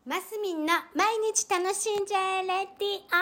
マスミンの毎日楽しんじゃえレディオ。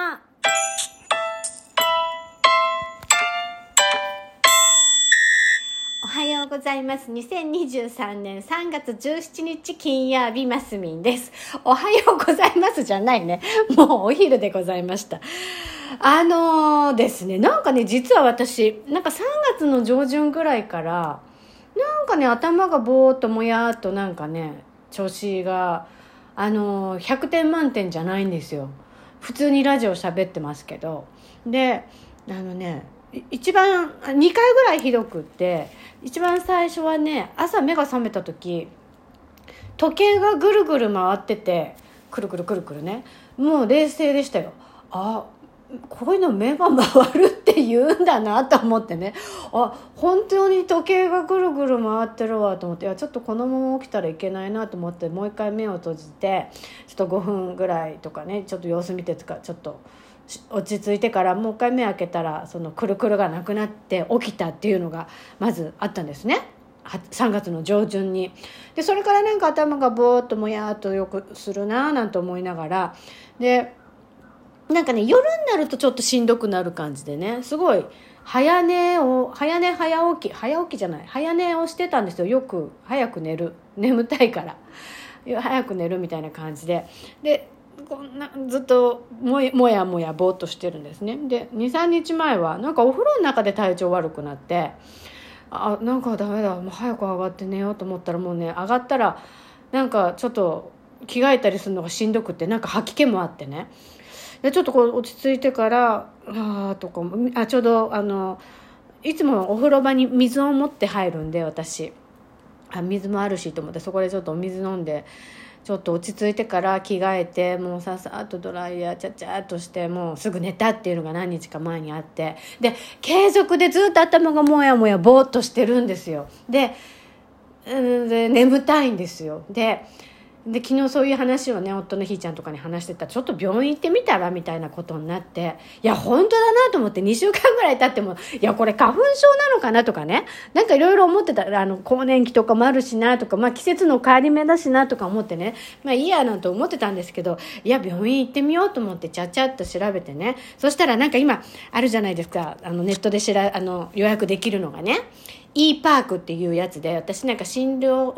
おはようございます。2023年3月17日金曜日、マスミンです。おはようございますじゃないね。もうお昼でございました。ですね、なんかね、実は私、なんか3月の上旬ぐらいから、なんかね、頭がぼーっともやーっとなんかね、調子が、100点満点じゃないんですよ。普通にラジオ喋ってますけど。で、一番2回ぐらいひどくって、一番最初はね、朝目が覚めた時、時計がぐるぐる回ってて、くるくるくるくるね、もう冷静でしたよ。こういうの目が回るって言うんだなと思ってね、本当に時計がぐるぐる回ってるわと思って、ちょっとこのまま起きたらいけないなと思って、もう一回目を閉じてちょっと5分ぐらいとかね、ちょっと様子見てちょっと落ち着いてからもう一回目開けたら、そのくるくるがなくなって起きたっていうのがまずあったんですね、3月の上旬に。でそれからなんか頭がぼーっともやーっとよくするななんて思いながら、でなんかね、夜になるとちょっとしんどくなる感じでね、すごい早寝を早起寝をしてたんですよ。よく早く寝る、眠たいから早く寝るみたいな感じで、ずっともやもやぼーっとしてるんですね。で 2,3 日前はなんかお風呂の中で体調悪くなって、なんかダメだ、もう早く上がって寝ようと思ったら、もうね、上がったらなんかちょっと着替えたりするのがしんどくて、なんか吐き気もあってね、でちょっとこう落ち着いてからとかちょうどいつもお風呂場に水を持って入るんで、私水もあるしと思って、そこでちょっとお水飲んでちょっと落ち着いてから着替えて、もうさっとドライヤーチャチャっとして、もうすぐ寝たっていうのが何日か前にあって、で継続でずっと頭がもやもやぼーっとしてるんですよ。で眠たいんですよ。で昨日そういう話をね、夫のひーちゃんとかに話してたら、ちょっと病院行ってみたらみたいなことになって、いや本当だなと思って、2週間ぐらい経っても、いやこれ花粉症なのかなとかね、なんかいろいろ思ってた。更年期とかもあるしなとか、季節の変わり目だしなとか思ってね、いいやなんて思ってたんですけど、いや病院行ってみようと思ってちゃちゃっと調べてね、そしたらなんか今あるじゃないですか、ネットで予約できるのがね、e パークっていうやつで、私なんか診療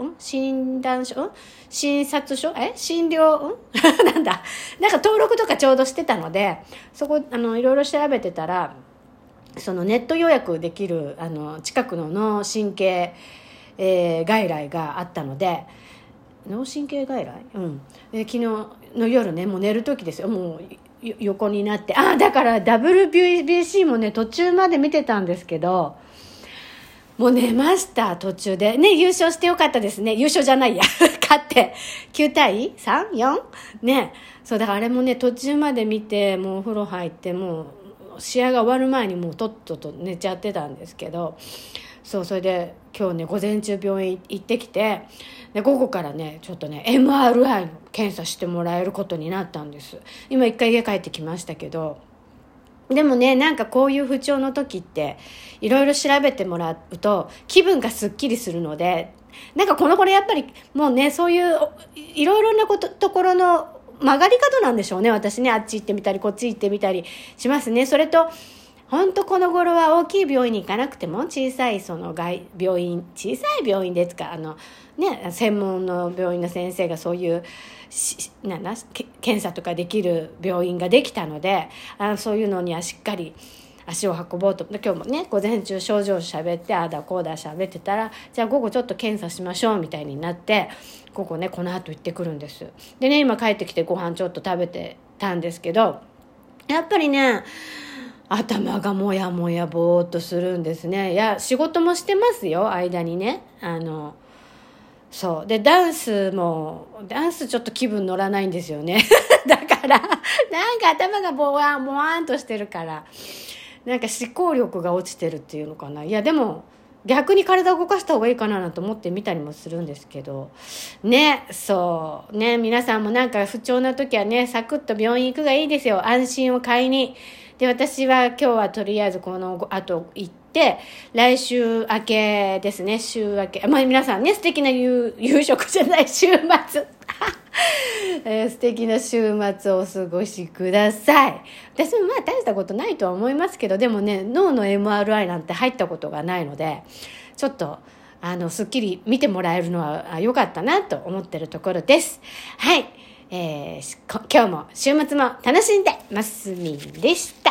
なんか登録とかちょうどしてたので、そこいろいろ調べてたら、そのネット予約できる近くの脳神経、外来があったので、脳神経外来、で昨日の夜ね、もう寝る時ですよ、もう横になって、だから WBC もね途中まで見てたんですけど、もう寝ました。途中でね、優勝してよかったですね。優勝じゃないや勝って9対 3?4? ね、そうだからあれもね途中まで見て、もうお風呂入って、もう試合が終わる前にもうとっとと寝ちゃってたんですけど、それで今日ね午前中病院行ってきて、で午後からねちょっとね MRI の検査してもらえることになったんです。今一回家帰ってきましたけど、でもね、なんかこういう不調の時っていろいろ調べてもらうと気分がすっきりするので、なんかこれやっぱりもうね、そういういろいろなところの曲がり角なんでしょうね。私ね、あっち行ってみたりこっち行ってみたりしますね。それと本当この頃は大きい病院に行かなくても、小さい病院ですか、専門の病院の先生がそういう検査とかできる病院ができたので、そういうのにはしっかり足を運ぼうと。今日もね午前中症状喋って、こうだ喋ってたら、じゃあ午後ちょっと検査しましょうみたいになって、午後ねこの後行ってくるんです。でね、今帰ってきてご飯ちょっと食べてたんですけど、やっぱりね頭がもやもやぼーっとするんですね。いや仕事もしてますよ、間にね。そうでダンスちょっと気分乗らないんですよねだからなんか頭がぼわんとしてるから、なんか思考力が落ちてるっていうのかな。いやでも逆に体を動かした方がいいかなと思ってみたりもするんですけどね。そうね、皆さんもなんか不調な時はね、サクッと病院行くがいいですよ。安心を買いに。で私は今日はとりあえずこの後行って、来週明けですね、週明け、皆さんね素敵な夕食じゃない週末素敵な週末をお過ごしください。私もまあ大したことないとは思いますけど、でもね、脳の MRI なんて入ったことがないので、ちょっとすっきり見てもらえるのは良かったなと思ってるところです。はい、今日も週末も楽しんでますみんでした。